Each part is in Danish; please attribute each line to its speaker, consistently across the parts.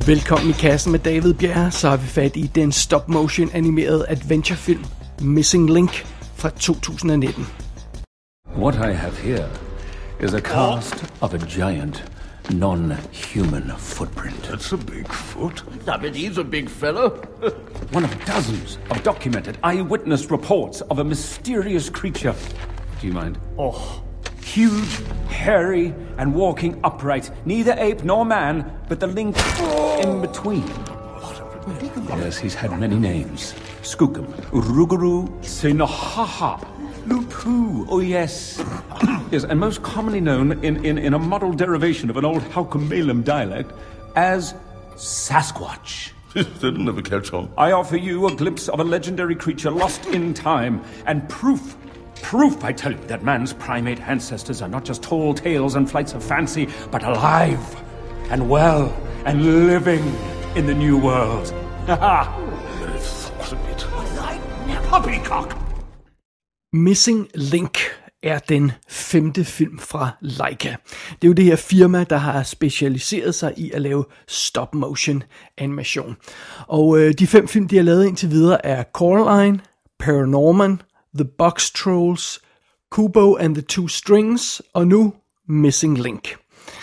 Speaker 1: Velkommen i kassen med David Bjerre, så har vi fat i den stop-motion animerede adventurefilm Missing Link fra 2019.
Speaker 2: What I have here is a cast of a giant, non-human footprint.
Speaker 3: That's a big foot.
Speaker 4: I bet he's a big fella.
Speaker 2: One of dozens of documented eyewitness reports of a mysterious creature. Do you mind?
Speaker 4: Oh.
Speaker 2: Huge, hairy, and walking upright. Neither ape nor man, but the link in between. Yes, he's had many names. Skookum, Uruguru, Sinohaha, Lupu, oh yes. Yes, and most commonly known in a model derivation of an old Haukamalem dialect as Sasquatch.
Speaker 3: They'll never catch on.
Speaker 2: I offer you a glimpse of a legendary creature lost in time, and proof, I tell you, that man's primate ancestors are not just tall tales and flights of fancy, but alive and well and living in the new world.
Speaker 3: Never thought of it.
Speaker 4: Poppycock.
Speaker 1: Missing Link er den 5. film fra Laika. Det er jo det her firma, der har specialiseret sig i at lave stop-motion animation. Og de 5 film, de har lavet indtil videre, er Coraline, Paranorman, The Box Trolls, Kubo and the Two Strings, og nu Missing Link.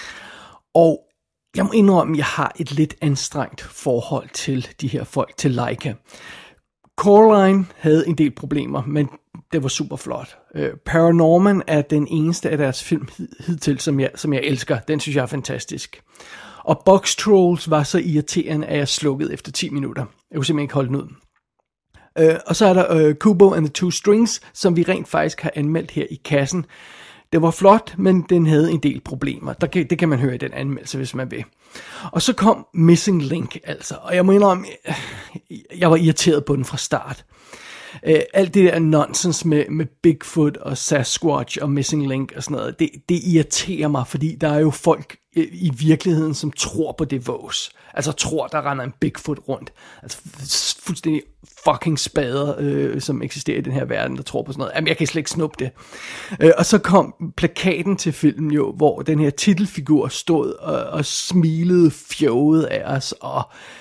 Speaker 1: Og jeg må indrømme, at jeg har et lidt anstrengt forhold til de her folk, til Laika. Coraline havde en del problemer, men det var super flot. Paranorman er den eneste af deres film hidtil, som jeg elsker. Den synes jeg er fantastisk. Og Box Trolls var så irriterende, at jeg slukkede efter 10 minutter. Jeg kunne simpelthen ikke holde den ud. Og så er der Kubo and the Two Strings, som vi rent faktisk har anmeldt her i kassen. Det var flot, men den havde en del problemer. Det kan man høre i den anmeldelse, hvis man vil. Og så kom Missing Link altså. Og jeg må indrømme, jeg var irriteret på den fra start. Alt det der nonsens med Bigfoot og Sasquatch og Missing Link og sådan noget, det irriterer mig, fordi der er jo folk i virkeligheden, som tror på det vås. Altså tror, der render en Bigfoot rundt. Altså fuldstændig fucking spader, som eksisterer i den her verden, der tror på sådan noget. Jamen, jeg kan slet ikke snuppe det. Og så kom plakaten til filmen jo, hvor den her titelfigur stod og smilede fjoget af os, og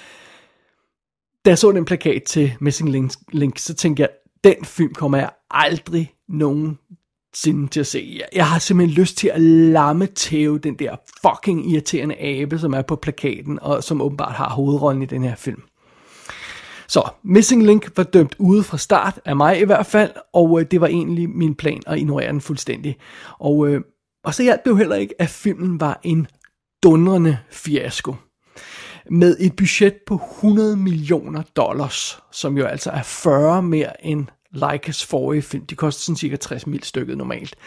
Speaker 1: da jeg så den plakat til Missing Link, så tænkte jeg, den film kommer jeg aldrig nogensinde til at se. Jeg har simpelthen lyst til at lammetæve den der fucking irriterende abe, som er på plakaten, og som åbenbart har hovedrollen i den her film. Så Missing Link var dømt ude fra start, af mig i hvert fald, og det var egentlig min plan at ignorere den fuldstændig. Og så hjalp det jo heller ikke, at filmen var en dundrende fiasko. Med et budget på $100 millioner, som jo altså er 40 mere end Laikas forrige film. De koster sådan cirka 60 mil stykket normalt.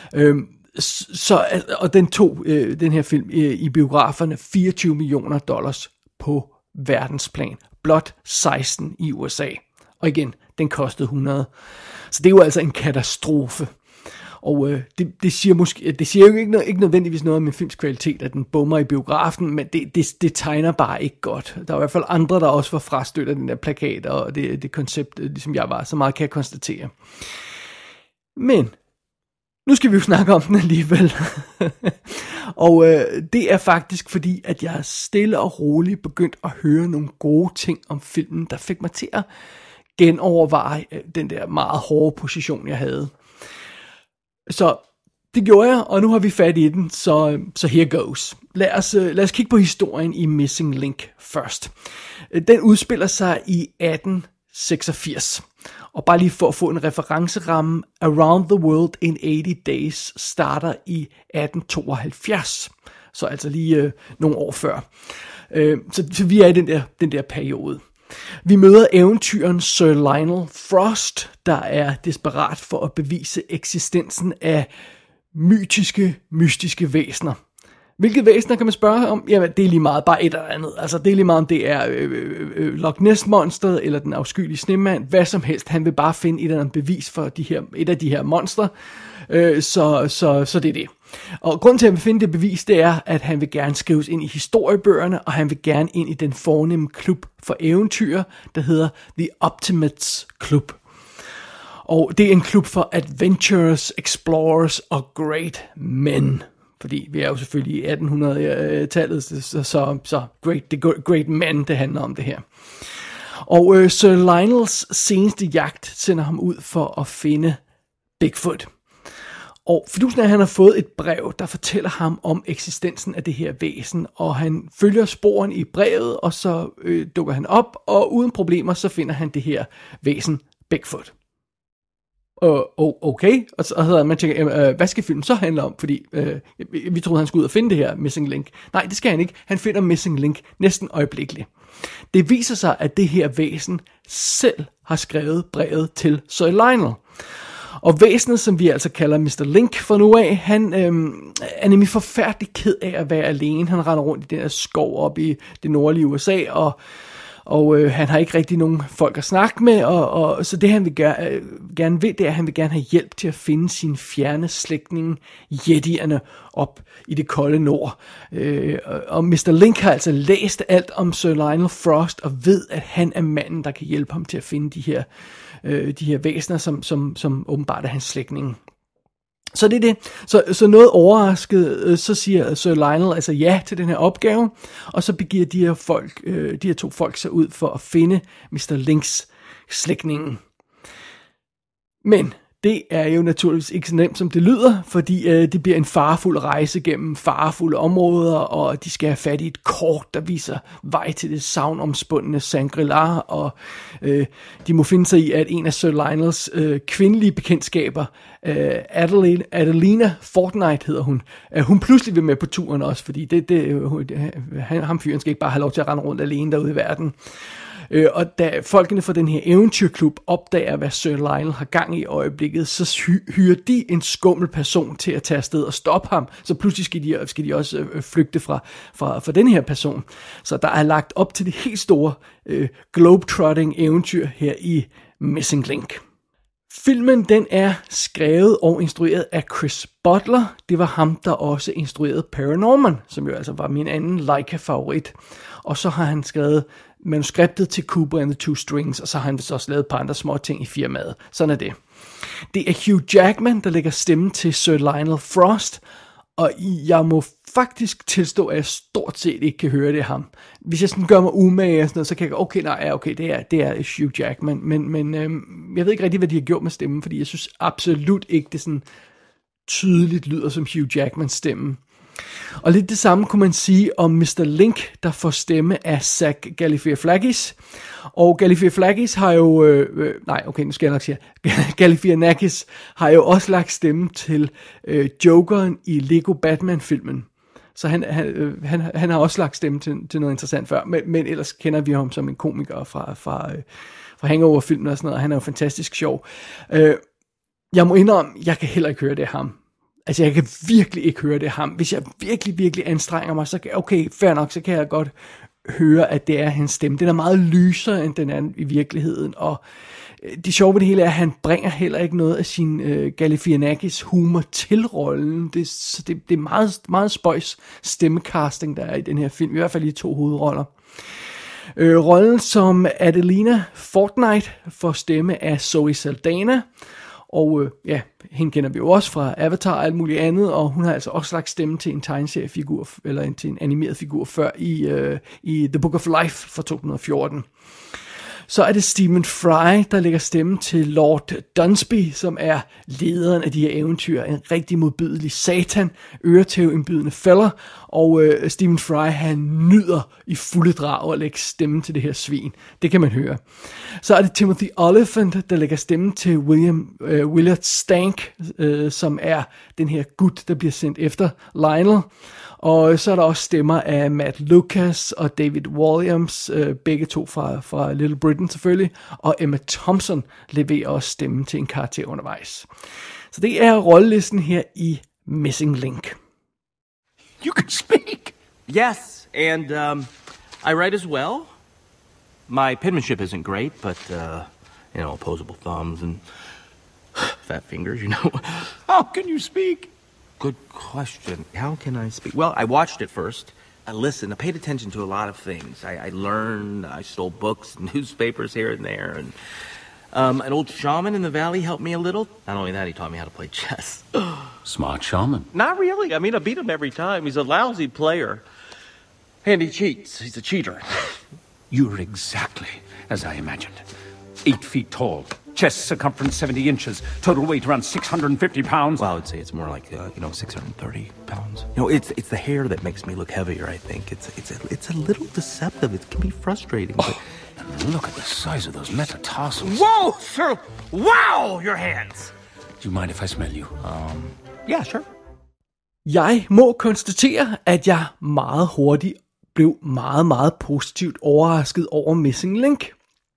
Speaker 1: Og den tog den her film i biograferne $24 millioner på verdensplan. Blot 16 i USA. Og igen, den kostede 100. Så det er jo altså en katastrofe. Og det siger jo ikke nødvendigvis noget om en films kvalitet, at den bommer i biografen, men det tegner bare ikke godt. Der var i hvert fald andre, der også var frastødt af den der plakat, og det koncept, ligesom jeg var, så meget kan jeg konstatere. Men nu skal vi jo snakke om den alligevel. Og det er faktisk fordi, at jeg stille og roligt begyndt at høre nogle gode ting om filmen, der fik mig til at genoverveje den der meget hårde position, jeg havde. Så det gjorde jeg, og nu har vi fat i den, så here goes. Lad os kigge på historien i Missing Link først. Den udspiller sig i 1886, og bare lige for at få en referenceramme, Around the World in 80 Days starter i 1872, så altså lige nogle år før. Så vi er i den der periode. Vi møder eventyren Sir Lionel Frost, der er desperat for at bevise eksistensen af mystiske væsener. Hvilke væsener kan man spørge om? Jamen, det er lige meget, bare et eller andet. Altså, det er lige meget, om det er Loch Ness-monsteret, eller den afskyelige snemand, hvad som helst. Han vil bare finde et eller andet bevis for et af de her monstre. Så det er det. Og grunden til, at han vil finde det bevis, det er, at han vil gerne skrives ind i historiebøgerne, og han vil gerne ind i den fornemme klub for eventyr, der hedder The Optimates Club. Og det er en klub for adventurers, explorers og great men. fordi vi er jo selvfølgelig i 1800-tallet, så great man, det handler om det her. Og Sir Lionels seneste jagt sender ham ud for at finde Bigfoot. Og fidusen er, at han har fået et brev, der fortæller ham om eksistensen af det her væsen, og han følger sporen i brevet, og så dukker han op, og uden problemer, så finder han det her væsen, Bigfoot. Okay, og så man tænker, hvad skal filmen så handle om? Fordi vi troede, han skulle ud og finde det her Missing Link. Nej, det skal han ikke. Han finder Missing Link næsten øjeblikkeligt. Det viser sig, at det her væsen selv har skrevet brevet til Sir Lionel. Og væsenet, som vi altså kalder Mr. Link for nu af, han er nemlig forfærdelig ked af at være alene. Han render rundt i den her skov op i det nordlige USA, og han har ikke rigtig nogen folk at snakke med, og så det han vil gerne vil, det er, at han vil gerne have hjælp til at finde sine fjerne slægtninge, yetierne, op i det kolde nord. Og Mr. Link har altså læst alt om Sir Lionel Frost, og ved, at han er manden, der kan hjælpe ham til at finde de her væsener, som åbenbart er hans slægtninge. Så det er det. Så noget overrasket, så siger Sir Lionel altså ja til den her opgave, og så begiver de her to folk sig ud for at finde Mr. Links slægtninge. Men det er jo naturligvis ikke så nemt, som det lyder, fordi det bliver en farefuld rejse gennem farefulde områder, og de skal have fat i et kort, der viser vej til det sagnomspundne Shangri-La, og de må finde sig i, at en af Sir Lionels kvindelige bekendtskaber, Adelina Fortnite hedder hun, hun pludselig vil med på turen også, fordi ham fyren skal ikke bare have lov til at rende rundt alene derude i verden. Og da folkene fra den her eventyrklub opdager, hvad Sir Lionel har gang i øjeblikket, så hyrer de en skummel person til at tage afsted og stoppe ham. Så pludselig skal de også flygte fra den her person. Så der er lagt op til det helt store globetrotting eventyr her i Missing Link. Filmen den er skrevet og instrueret af Chris Butler. Det var ham, der også instruerede Paranorman, som jo altså var min anden Laika-favorit. Og så har han skrevet manuskriptet til Cooper and the Two Strings, og så har han så også lavet et par andre små ting i firmaet. Sådan er det. Det er Hugh Jackman, der lægger stemmen til Sir Lionel Frost, og jeg må faktisk tilstå, at jeg stort set ikke kan høre det af ham. Hvis jeg sådan gør mig umage og sådan noget, så kan jeg okay, det er Hugh Jackman, men jeg ved ikke rigtig, hvad de har gjort med stemmen, fordi jeg synes absolut ikke, det sådan tydeligt lyder som Hugh Jackmans stemme. Og lidt det samme kunne man sige om Mr. Link, der får stemme af Zach Galifianakis. Og Galifianakis har jo... nu skal jeg nok sige. Galifianakis har jo også lagt stemme til Jokeren i Lego Batman-filmen. Så han har også lagt stemme til noget interessant før. Men ellers kender vi ham som en komiker fra Hangover-filmen og sådan noget. Han er jo fantastisk sjov. Jeg må indrømme, jeg kan heller ikke høre det af ham. Altså, jeg kan virkelig ikke høre det ham. Hvis jeg virkelig, virkelig anstrenger mig, så fair nok, så kan jeg godt høre, at det er hans stemme. Den er meget lysere, end den er i virkeligheden, og det sjove ved det hele er, at han bringer heller ikke noget af sin Galifianakis humor til rollen. Det er meget, meget spøjs stemmecasting, der er i den her film, i hvert fald i 2 hovedroller. Rollen som Adelina Fortnite får stemme af Zoe Saldana, og hende kender vi jo også fra Avatar og alt muligt andet, og hun har altså også lagt stemme til en tegneseriefigur, eller til en animeret figur før i The Book of Life fra 2014. Så er det Stephen Fry, der lægger stemme til Lord Dunsby, som er lederen af de her eventyr. En rigtig modbydelig satan, øretævindbydende fælder, og Stephen Fry, han nyder i fulde drag at lægge stemme til det her svin. Det kan man høre. Så er det Timothy Olyphant, der lægger stemme til Willard Stank, som er den her gut, der bliver sendt efter Lionel. Og så er der også stemmer af Matt Lucas og David Williams, begge to fra Little Britain selvfølgelig, og Emma Thompson leverer også stemme til en karakter undervejs. Så det er rollelisten her i Missing Link.
Speaker 4: You can speak!
Speaker 5: Yes, and I write as well. My penmanship isn't great, but, opposable thumbs and fat fingers,
Speaker 4: How can you speak?
Speaker 5: Good question. How can I speak? Well, I watched it first. I listened. I paid attention to a lot of things. I learned. I stole books, newspapers here and there. And an old shaman in the valley helped me a little. Not only that, he taught me how to play chess.
Speaker 2: Smart shaman.
Speaker 5: Not really. I mean, I beat him every time. He's a lousy player. And he cheats. He's a cheater.
Speaker 2: You're exactly as I imagined. 8 feet tall, chest circumference 70 inches, total weight around 650 pounds.
Speaker 5: Well, I would say it's more like 630 pounds. It's the hair that makes me look heavier. I think it's a little deceptive. It can be frustrating. But
Speaker 2: And look at the size of those metatarsals.
Speaker 5: whoa, sir! Wow, your hands.
Speaker 2: Do you mind if I smell you?
Speaker 5: Yeah, sure.
Speaker 1: Jeg må konstatere, at jeg meget hurtigt blev meget, meget positivt overrasket over Missing Link.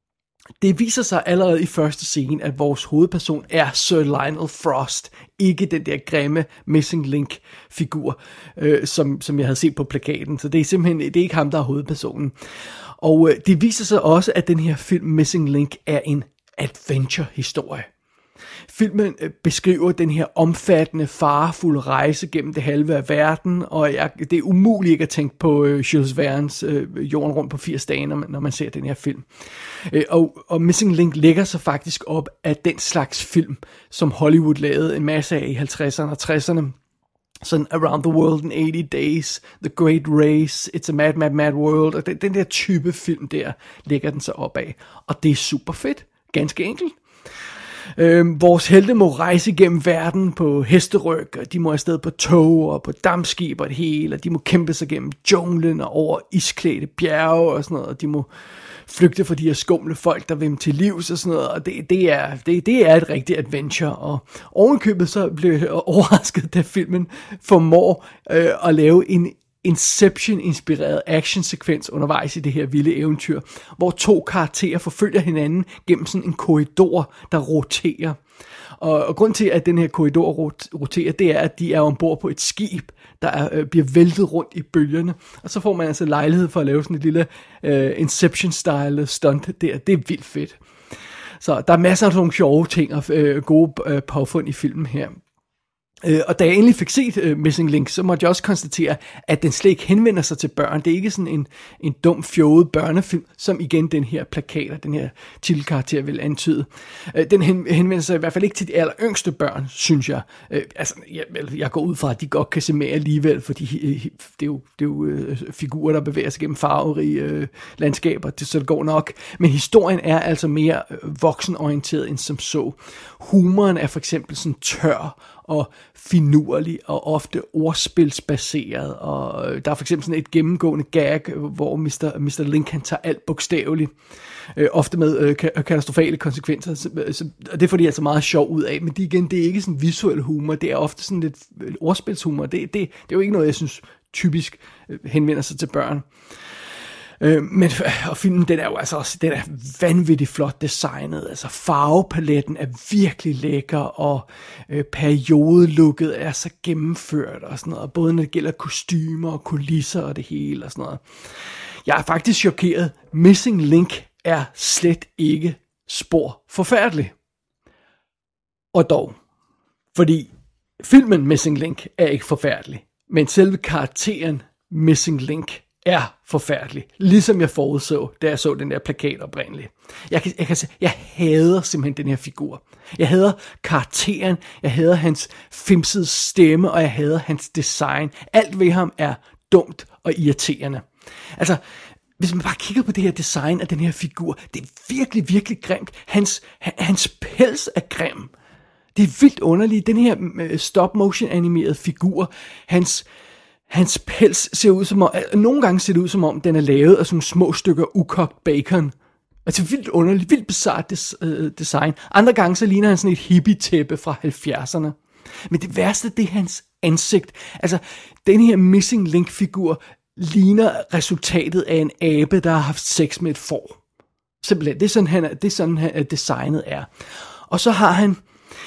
Speaker 1: Det viser sig allerede i første scene, at vores hovedperson er Sir Lionel Frost, ikke den der grimme Missing Link-figur, som jeg havde set på plakaten. Så det er simpelthen det er ikke ham, der er hovedpersonen. Og det viser sig også, at den her film Missing Link er en adventure-historie. Filmen beskriver den her omfattende, farefulde rejse gennem det halve af verden, og det er umuligt ikke at tænke på Jules Verne's Jorden rundt på 80 dage, når man ser den her film. Og Missing Link lægger sig faktisk op af den slags film, som Hollywood lavede en masse af i 50'erne og 60'erne. Sådan Around the World in 80 Days, The Great Race, It's a Mad, Mad, Mad World, og den der type film der lægger den sig op af. Og det er super fedt, ganske enkelt. Vores helte må rejse gennem verden på hesteryg, og de må afsted på tog og på dampskib og det hele, og de må kæmpe sig gennem junglen og over isklædte bjerge og sådan noget, og de må flygte fra de her skumle folk, der vil dem til livs og sådan noget, og det er et rigtigt adventure, og ovenkøbet så blev jeg overrasket, da filmen formår at lave en Inception-inspireret actionsekvens undervejs i det her vilde eventyr, hvor 2 karakterer forfølger hinanden gennem sådan en korridor, der roterer. Og grund til, at den her korridor roterer, det er, at de er ombord på et skib, der bliver væltet rundt i bølgerne. Og så får man altså lejlighed for at lave sådan et lille Inception-style stunt der. Det er vildt fedt. Så der er masser af nogle sjove ting og gode påfund i filmen her. Og da jeg endelig fik set Missing Link, så måtte jeg også konstatere, at den slet ikke henvender sig til børn. Det er ikke sådan en dum, fjollet børnefilm, som igen den her plakat og den her titelkarakter vil antyde. Den henvender sig i hvert fald ikke til de aller yngste børn, synes jeg. Jeg går ud fra, at de godt kan se mere alligevel, fordi det er jo figurer, der bevæger sig gennem farverige landskaber, så det går nok. Men historien er altså mere voksenorienteret end som så. Humoren er for eksempel sådan tør og finurlig og ofte ordspilsbaseret, og der er for eksempel sådan et gennemgående gag, hvor Mr. Link han tager alt bogstaveligt, ofte med katastrofale konsekvenser, og det får de altså meget sjov ud af, men det er ikke sådan visuel humor, det er ofte sådan lidt ordspilshumor, det er jo ikke noget, jeg synes typisk henvender sig til børn. Men og filmen, den er jo altså også, den er vanvittigt flot designet, altså farvepaletten er virkelig lækker, og periodelooket er så gennemført og sådan noget, både når det gælder kostymer og kulisser og det hele og sådan noget. Jeg er faktisk chokeret. Missing Link er slet ikke spor forfærdelig. Og dog, fordi filmen Missing Link er ikke forfærdelig, men selve karakteren Missing Link er forfærdelig, ligesom jeg forudså, da jeg så den der plakat oprindeligt. Jeg hader simpelthen den her figur. Jeg hader karakteren, jeg hader hans fimsede stemme, og jeg hader hans design. Alt ved ham er dumt og irriterende. Altså, hvis man bare kigger på det her design af den her figur, det er virkelig, virkelig grimt. Hans pels er grim. Det er vildt underligt. Den her stop-motion animerede figur, hans pels ser ud som om, nogle gange ser det ud som om, den er lavet af sådan små stykker ukogt bacon. Altså vildt underligt, vildt bizarrt design. Andre gange så ligner han sådan et hippie-tæppe fra 70'erne. Men det værste, det er hans ansigt. Altså, den her Missing Link-figur ligner resultatet af en abe, der har haft sex med et får. Simpelthen, det er sådan designet er. Og så har han,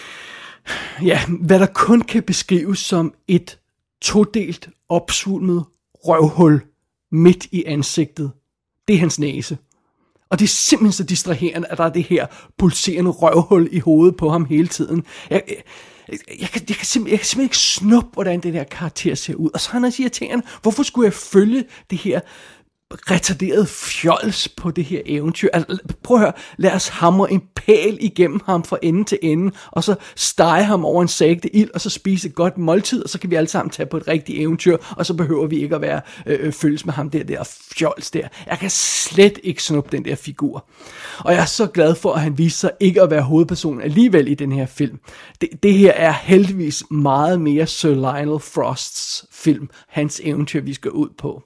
Speaker 1: hvad der kun kan beskrives som et todelt, opsvulmet røvhul midt i ansigtet. Det er hans næse. Og det er simpelthen så distraherende, at der er det her pulserende røvhul i hovedet på ham hele tiden. Jeg kan simpelthen ikke snuppe, hvordan den her karakter ser ud. Og så er han også irriterende. Hvorfor skulle jeg følge det her retarderet fjols på det her eventyr. Altså, prøv at høre, lad os hamre en pæl igennem ham fra ende til ende, og så stege ham over en sagte ild, og så spise et godt måltid, og så kan vi alle sammen tage på et rigtigt eventyr, og så behøver vi ikke at være følges med ham der fjols der. Jeg kan slet ikke snuppe den der figur. Og jeg er så glad for, at han viser sig ikke at være hovedpersonen alligevel i den her film. Det her er heldigvis meget mere Sir Lionel Frosts film, hans eventyr, vi skal ud på.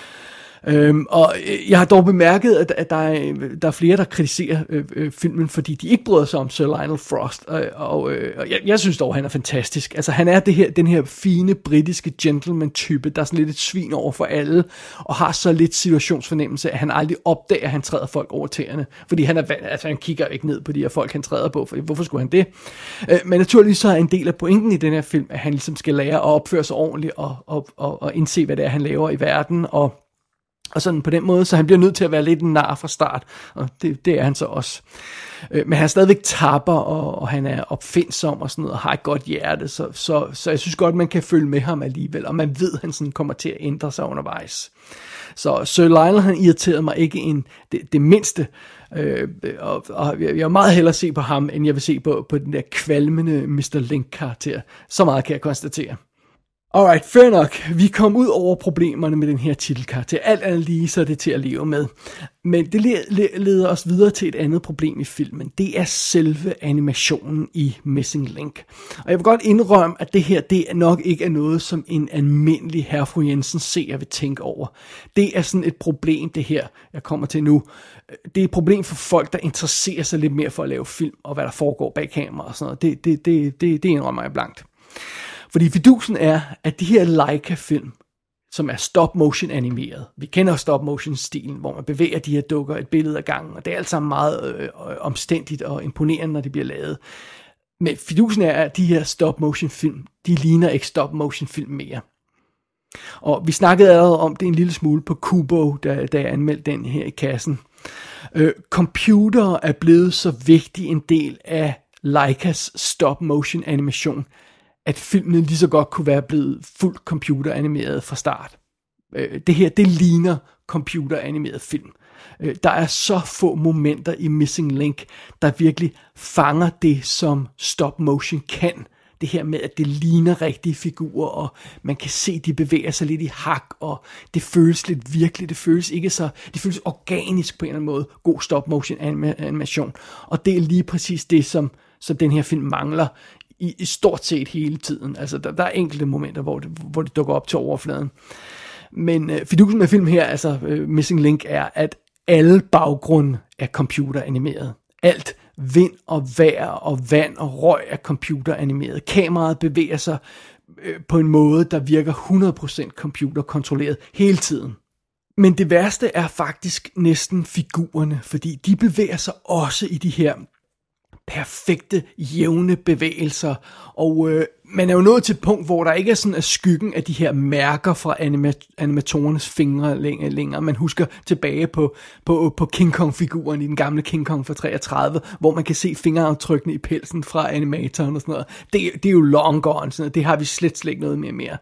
Speaker 1: Og jeg har dog bemærket, at der er flere, der kritiserer filmen, fordi de ikke bryder sig om Sir Lionel Frost, og jeg synes dog, han er fantastisk. Altså, han er den her fine, britiske gentleman-type, der er sådan lidt et svin over for alle, og har så lidt situationsfornemmelse, at han aldrig opdager, at han træder folk over tæerne, fordi han kigger ikke ned på de her folk, han træder på, for hvorfor skulle han det? Men naturligvis så er en del af pointen i den her film, at han ligesom skal lære at opføre sig ordentligt, og indse, hvad det er, han laver i verden, og sådan på den måde, så han bliver nødt til at være lidt en nar fra start, og det er han så også. Men han er stadigvæk tapper, og han er opfindsom og sådan noget, og har et godt hjerte, så jeg synes godt, man kan følge med ham alligevel, og man ved, at han sådan kommer til at ændre sig undervejs. Så Sir Lionel, han irriterede mig ikke det mindste, og jeg vil meget hellere se på ham, end jeg vil se på den der kvalmende Mr. Link-karakter. Så meget kan jeg konstatere. Alright, fair nok. Vi kom ud over problemerne med den her titelkarakter. Alt andet lige, så er det til at leve med. Men det leder os videre til et andet problem i filmen. Det er selve animationen i Missing Link. Og jeg vil godt indrømme, at det her, det nok ikke er noget, som en almindelig Herr Fru Jensen seer vil tænke over. Det er sådan et problem, det her, jeg kommer til nu. Det er et problem for folk, der interesserer sig lidt mere for at lave film, og hvad der foregår bag kamera og sådan noget. Det indrømmer jeg blankt. Fordi fidusen er, at de her Leica-film, som er stop-motion animeret, vi kender stop-motion-stilen, hvor man bevæger de her dukker et billede ad gangen, og det er alt sammen meget omstændigt og imponerende, når det bliver lavet. Men fidusen er, at de her stop-motion-film, de ligner ikke stop-motion-film mere. Og vi snakkede allerede om det en lille smule på Kubo, da jeg anmeldte den her i kassen. Computere er blevet så vigtig en del af Leicas stop-motion animation, at filmen lige så godt kunne være blevet fuldt computeranimeret fra start. Det her, det ligner computeranimeret film. Der er så få momenter i Missing Link, der virkelig fanger det, som stop motion kan. Det her med, at det ligner rigtige figurer, og man kan se, de bevæger sig lidt i hak, og det føles lidt virkeligt. Det føles organisk på en eller anden måde. God stop motion animation. Og det er lige præcis det, som den her film mangler i stort set hele tiden. Altså, der er enkelte momenter, hvor det dukker op til overfladen. Men fidusen med film her, altså Missing Link, er, at alle baggrunde er computeranimeret. Alt vind og vejr og vand og røg er computeranimeret. Kameraet bevæger sig på en måde, der virker 100% computerkontrolleret hele tiden. Men det værste er faktisk næsten figurerne, fordi de bevæger sig også i de her perfekte, jævne bevægelser, og man er jo nået til et punkt, hvor der ikke er sådan af skyggen af de her mærker fra animatorernes fingre længere. Man husker tilbage på King Kong-figuren i den gamle King Kong fra 33, hvor man kan se fingeraftrykkene i pelsen fra animatoren og sådan noget. Det er jo long gone, sådan noget. Det har vi slet ikke noget mere.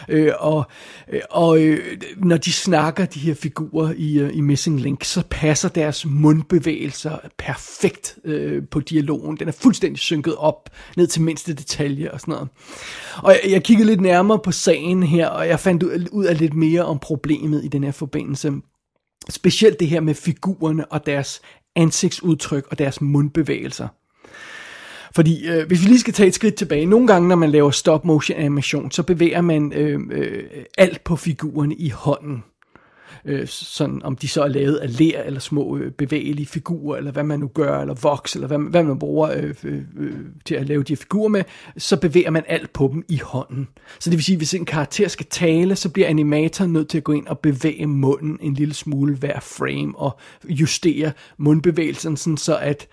Speaker 1: Når de snakker, de her figurer i Missing Link, så passer deres mundbevægelser perfekt på dialogen. Den er fuldstændig synket op ned til mindste detalje og sådan noget. Og jeg kiggede lidt nærmere på sagen her, og jeg fandt ud af lidt mere om problemet i den her forbindelse. Specielt det her med figurerne og deres ansigtsudtryk og deres mundbevægelser. Fordi hvis vi lige skal tage et skridt tilbage, nogle gange når man laver stop motion animation, så bevæger man alt på figurerne i hånden. Sådan om de så er lavet af ler eller små bevægelige figurer, eller hvad man nu gør, eller voks, eller hvad man bruger til at lave de her figurer med, så bevæger man alt på dem i hånden. Så det vil sige, at hvis en karakter skal tale, så bliver animatoren nødt til at gå ind og bevæge munden en lille smule hver frame, og justere mundbevægelsen, sådan så at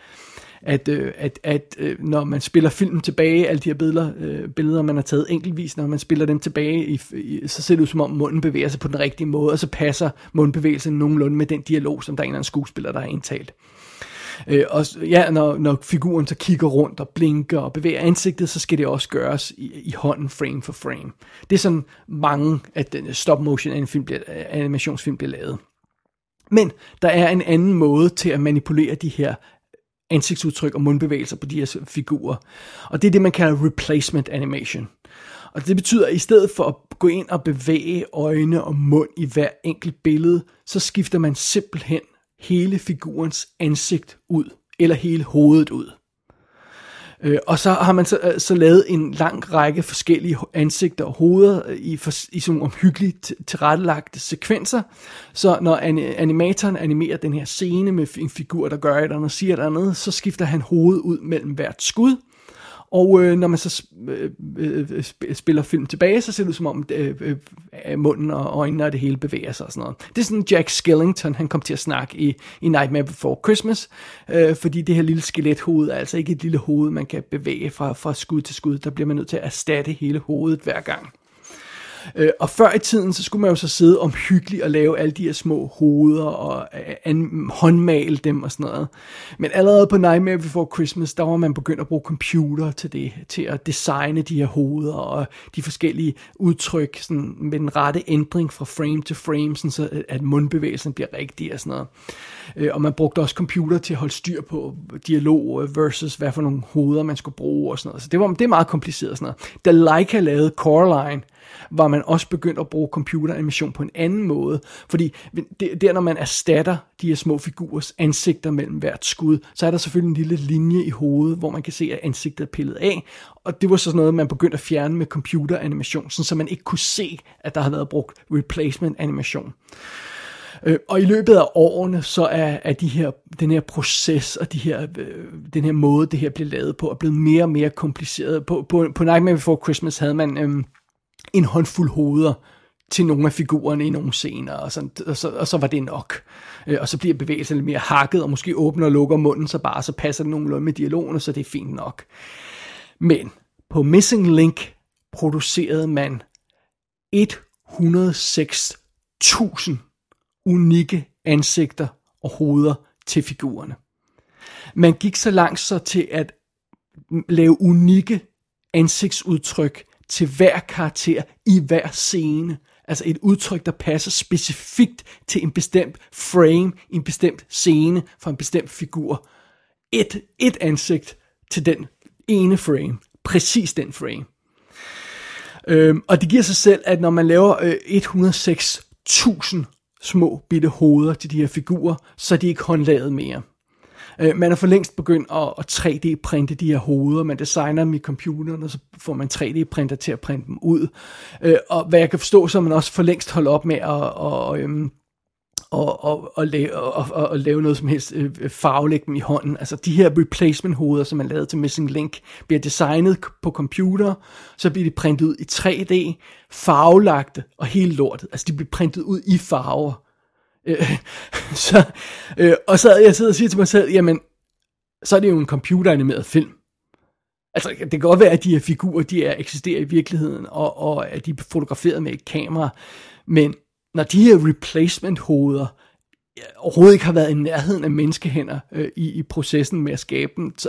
Speaker 1: når man spiller filmen tilbage, alle de her billeder man har taget enkeltvis, når man spiller dem tilbage, så ser det ud som om munden bevæger sig på den rigtige måde, og så passer mundbevægelsen nogenlunde med den dialog, som der er en eller anden skuespiller, der har indtalt. Og ja, når figuren så kigger rundt og blinker og bevæger ansigtet, så skal det også gøres i hånden frame for frame. Det er sådan mange, at stop motion animationsfilm bliver lavet. Men der er en anden måde til at manipulere de her ansigtsudtryk og mundbevægelser på de her figurer. Og det er det, man kalder replacement animation. Og det betyder, at i stedet for at gå ind og bevæge øjne og mund i hver enkelt billede, så skifter man simpelthen hele figurens ansigt ud, eller hele hovedet ud. Og så har man så lavet en lang række forskellige ansigter og hoveder i sådan omhyggeligt tilrettelagte sekvenser. Så når animatoren animerer den her scene med en figur, der gør et eller andet og siger et andet, så skifter han hovedet ud mellem hvert skud. Og når man så spiller film tilbage, så ser det ud som om munden og øjnene og det hele bevæger sig og sådan noget. Det er sådan Jack Skellington, han kom til at snakke i Nightmare Before Christmas, fordi det her lille skelethoved er altså ikke et lille hoved, man kan bevæge fra skud til skud. Der bliver man nødt til at erstatte hele hovedet hver gang. Og før i tiden, så skulle man jo så sidde omhyggeligt og lave alle de her små hoveder og håndmale dem og sådan noget. Men allerede på Nightmare Before Christmas, der var man begyndt at bruge computer til det, til at designe de her hoveder og de forskellige udtryk sådan, med den rette ændring fra frame til frame, sådan så at mundbevægelsen bliver rigtig og sådan noget. Og man brugte også computer til at holde styr på dialog versus hvad for nogle hoveder man skulle bruge og sådan noget. Så det er meget kompliceret og sådan noget. Da Leica lavede Coraline, var man også begyndt at bruge computeranimation på en anden måde, fordi der når man erstatter de her små figurers ansigter mellem hvert skud, så er der selvfølgelig en lille linje i hovedet, hvor man kan se, at ansigtet er pillet af, og det var så sådan noget, man begyndte at fjerne med computeranimation, så man ikke kunne se, at der havde været brugt replacement animation. Og i løbet af årene, så er den her proces og den her måde, det her blev lavet på, er blevet mere og mere kompliceret. På Nightmare Before Christmas havde man en håndfuld hoveder til nogle af figurerne i nogle scener, og så var det nok. Og så bliver bevægelsen lidt mere hakket, og måske åbner og lukker munden, så passer det nogenlunde med dialogen, så det er fint nok. Men på Missing Link producerede man 106.000 unikke ansigter og hoveder til figurerne. Man gik så langt så til at lave unikke ansigtsudtryk til hver karakter i hver scene. Altså et udtryk, der passer specifikt til en bestemt frame, en bestemt scene for en bestemt figur. Et ansigt til den ene frame. Præcis den frame. Og det giver sig selv, at når man laver 106.000 små bitte hoveder til de her figurer, så er de ikke håndlaget mere. Man er for længst begyndt at 3D-printe de her hoveder, man designer dem i computeren, og så får man 3D-printer til at printe dem ud. Og hvad jeg kan forstå, så er man også for længst holdt op med at lave noget som helst farvelægge dem i hånden. Altså de her replacement-hoveder, som man lavede til Missing Link, bliver designet på computer, så bliver de printet ud i 3D, farvelagte og hele lortet. Altså de bliver printet ud i farver. Og så jeg sidder og siger til mig selv, jamen, så er det jo en computeranimeret film. Altså, det kan godt være, at de her figurer, eksisterer i virkeligheden, og at de er fotograferet med et kamera, men når de her replacement-hoveder overhovedet ikke har været i nærheden af menneskehænder i processen med at skabe dem, så,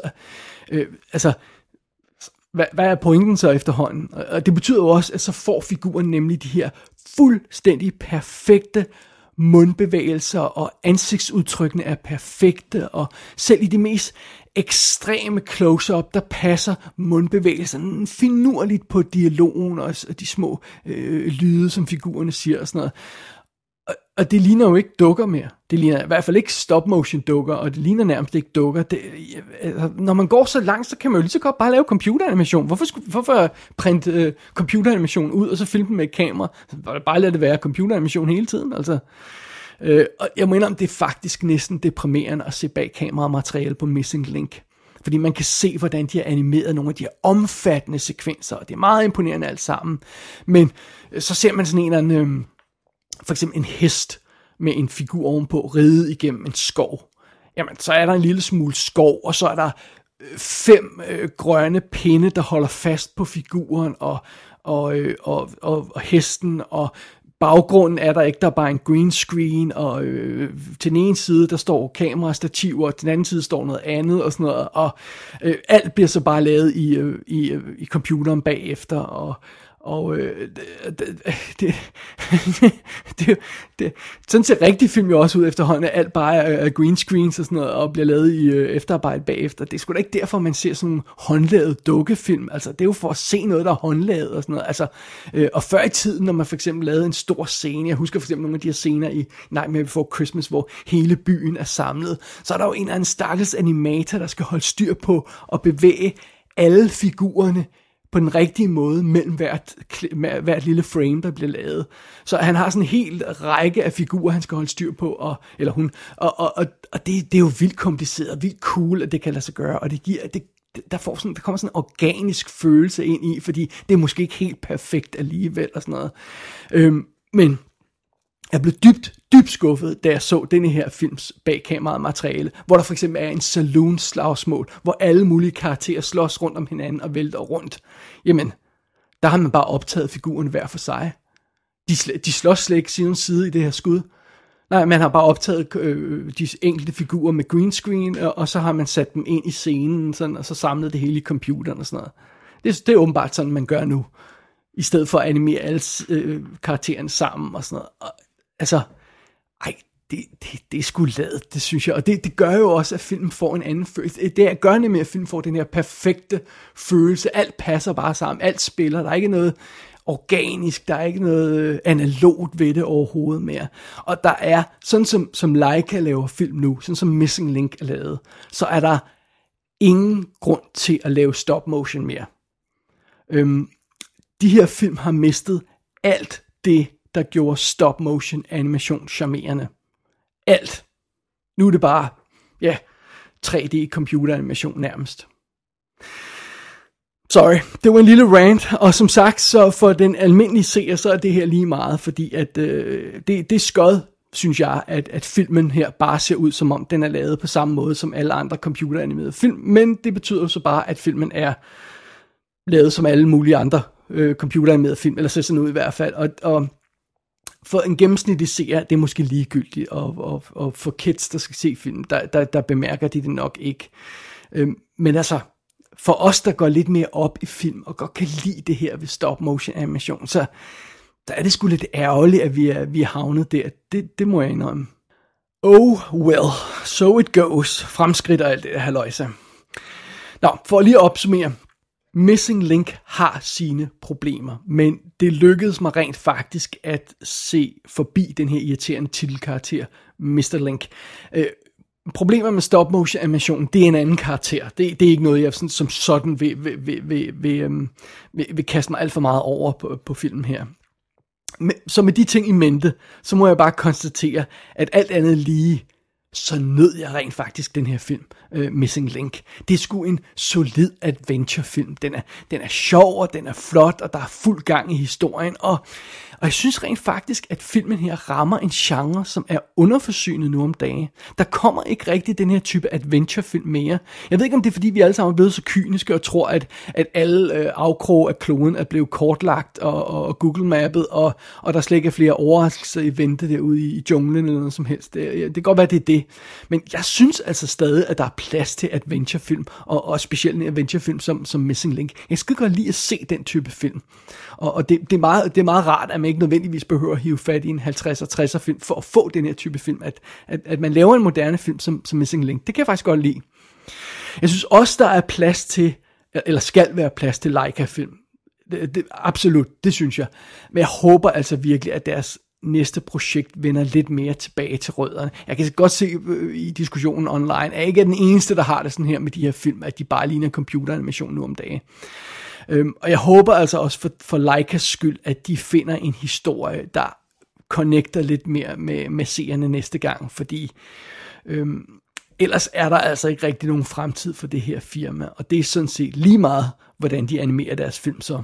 Speaker 1: hvad er pointen så efterhånden? Og det betyder jo også, at så får figuren nemlig de her fuldstændig perfekte mundbevægelser, og ansigtsudtrykkene er perfekte, og selv i de mest ekstreme close-up, der passer mundbevægelserne finurligt på dialogen, og de små lyde, som figurerne siger og sådan noget. Og det ligner jo ikke dukker mere. Det ligner i hvert fald ikke stop-motion dukker, og det ligner nærmest ikke dukker. Når man går så langt, så kan man jo lige så godt bare lave computeranimation. Hvorfor printe computeranimation ud, og så filme den med et kamera? Bare lade det være computeranimation hele tiden, altså. Og jeg mener, det er faktisk næsten deprimerende at se bag kameramateriale på Missing Link. Fordi man kan se, hvordan de har animeret nogle af de her omfattende sekvenser, og det er meget imponerende alt sammen. Men så ser man sådan en eller anden, for eksempel en hest med en figur ovenpå ridet igennem en skov. Jamen, så er der en lille smule skov, og så er der 5 grønne pinde, der holder fast på figuren, og hesten, og baggrunden er der ikke, der er bare en green screen, og til den ene side, der står kamerastativer, og til den anden side står noget andet, og sådan noget, og alt bliver så bare lavet i computeren bagefter, Og sådan ser rigtig film jo også ud efterhånden, at alt bare er green screens og sådan noget, og bliver lavet i efterarbejde bagefter. Det er sgu da ikke derfor, man ser sådan nogle håndlavet dukkefilm. Altså, det er jo for at se noget, der er håndlavet og sådan noget. Altså, og før i tiden, når man for eksempel lavede en stor scene, jeg husker for eksempel nogle af de her scener i Nightmare Before Christmas, hvor hele byen er samlet, så er der jo en eller anden stakkels animator, der skal holde styr på og bevæge alle figurerne på den rigtige måde mellem hvert lille frame, der bliver lavet. Så han har sådan en hel række af figurer, han skal holde styr på, og det er jo vildt kompliceret, vildt cool, at det kan lade sig gøre, og det giver, der kommer sådan en organisk følelse ind i, fordi det er måske ikke helt perfekt alligevel, og sådan noget. Men jeg blev dybt skuffet, da jeg så denne her films bag kameraet materiale, hvor der for eksempel er en saloon-slagsmål, hvor alle mulige karakterer slås rundt om hinanden og vælter rundt. Jamen, der har man bare optaget figurerne hver for sig. De slås slet ikke side om side i det her skud. Nej, man har bare optaget de enkelte figurer med green screen, og så har man sat dem ind i scenen, sådan, og så samlet det hele i computeren og sådan noget. Det er åbenbart sådan, man gør nu, i stedet for at animere alle karaktererne sammen og sådan noget. Og, altså, det er sgu ladet, det synes jeg. Og det gør jo også, at filmen får en anden følelse. Det gør nemlig, at filmen får den her perfekte følelse. Alt passer bare sammen, alt spiller. Der er ikke noget organisk, der er ikke noget analogt ved det overhovedet mere. Og der er, sådan som Laika laver film nu, sådan som Missing Link er lavet, så er der ingen grund til at lave stop motion mere. De her film har mistet alt det, der gjorde stop motion animation charmerende. Alt. Nu er det bare, 3D computeranimation nærmest. Sorry, det var en lille rant, og som sagt, så for den almindelige seer, så er det her lige meget, fordi at det er skød, synes jeg, at filmen her bare ser ud, som om den er lavet på samme måde som alle andre computeranimerede film, men det betyder jo så bare, at filmen er lavet som alle mulige andre computeranimerede film, eller ser sådan ud i hvert fald, og for en gennemsnitlig seer, det er måske ligegyldigt, og for kids, der skal se film, der bemærker de det nok ikke. Men altså, for os, der går lidt mere op i film, og godt kan lide det her ved stop motion animation, så der er det sgu lidt ærgerligt, at vi er havnet der. Det må jeg indrømme. Oh well, so it goes. Fremskridt og alt det der halløjse. Nå, for at lige opsummere. Missing Link har sine problemer, men det lykkedes mig rent faktisk at se forbi den her irriterende titelkarakter, Mr. Link. Problemer med stop motion animation, det er en anden karakter. Det er ikke noget, jeg som sådan vil kaste mig alt for meget over på filmen her. Så med de ting i mente, så må jeg bare konstatere, at alt andet lige, så nød jeg rent faktisk den her film, Missing Link. Det er sgu en solid adventurefilm. Den er sjov, og den er flot, og der er fuld gang i historien, og jeg synes rent faktisk, at filmen her rammer en genre, som er underforsynet nu om dagen. Der kommer ikke rigtig den her type adventurefilm mere. Jeg ved ikke, om det er, fordi vi alle sammen er blevet så kyniske og tror, at alle afkroge af kloden er blevet kortlagt og Google-mappet, og der slet ikke er flere overraskelser i vente derude i junglen eller noget som helst. Det kan godt være, det er det. Men jeg synes altså stadig, at der er plads til adventurefilm, og specielt en adventurefilm som Missing Link. Jeg skal godt lide at se den type film. Og det er meget rart, at man ikke nødvendigvis behøver at hive fat i en 50'er, 60'er film for at få den her type film. At man laver en moderne film som Missing Link. Det kan jeg faktisk godt lide. Jeg synes også, der er plads til, eller skal være plads til Laika-film. Absolut, det synes jeg. Men jeg håber altså virkelig, at deres næste projekt vender lidt mere tilbage til rødderne. Jeg kan godt se i diskussionen online, at jeg ikke er den eneste, der har det sådan her med de her film, at de bare ligner computeranimation nu om dagen. Og jeg håber altså også for Laikas skyld, at de finder en historie, der connecter lidt mere med seerne næste gang, fordi ellers er der altså ikke rigtig nogen fremtid for det her firma, og det er sådan set lige meget, hvordan de animerer deres film så.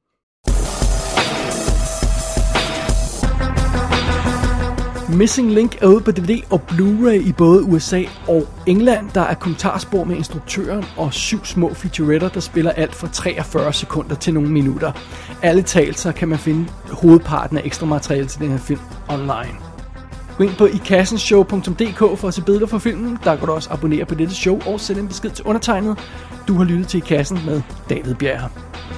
Speaker 1: Missing Link er ude på DVD og Blu-ray i både USA og England. Der er kommentarspor med instruktøren og 7 små featuretter, der spiller alt fra 43 sekunder til nogle minutter. Alle talelser kan man finde hovedparten af ekstra materiale til den her film online. Gå ind på ikassenshow.dk for at se billeder fra filmen. Der kan du også abonnere på dette show og sende en besked til undertegnet. Du har lyttet til I Kassen med David Bjerre.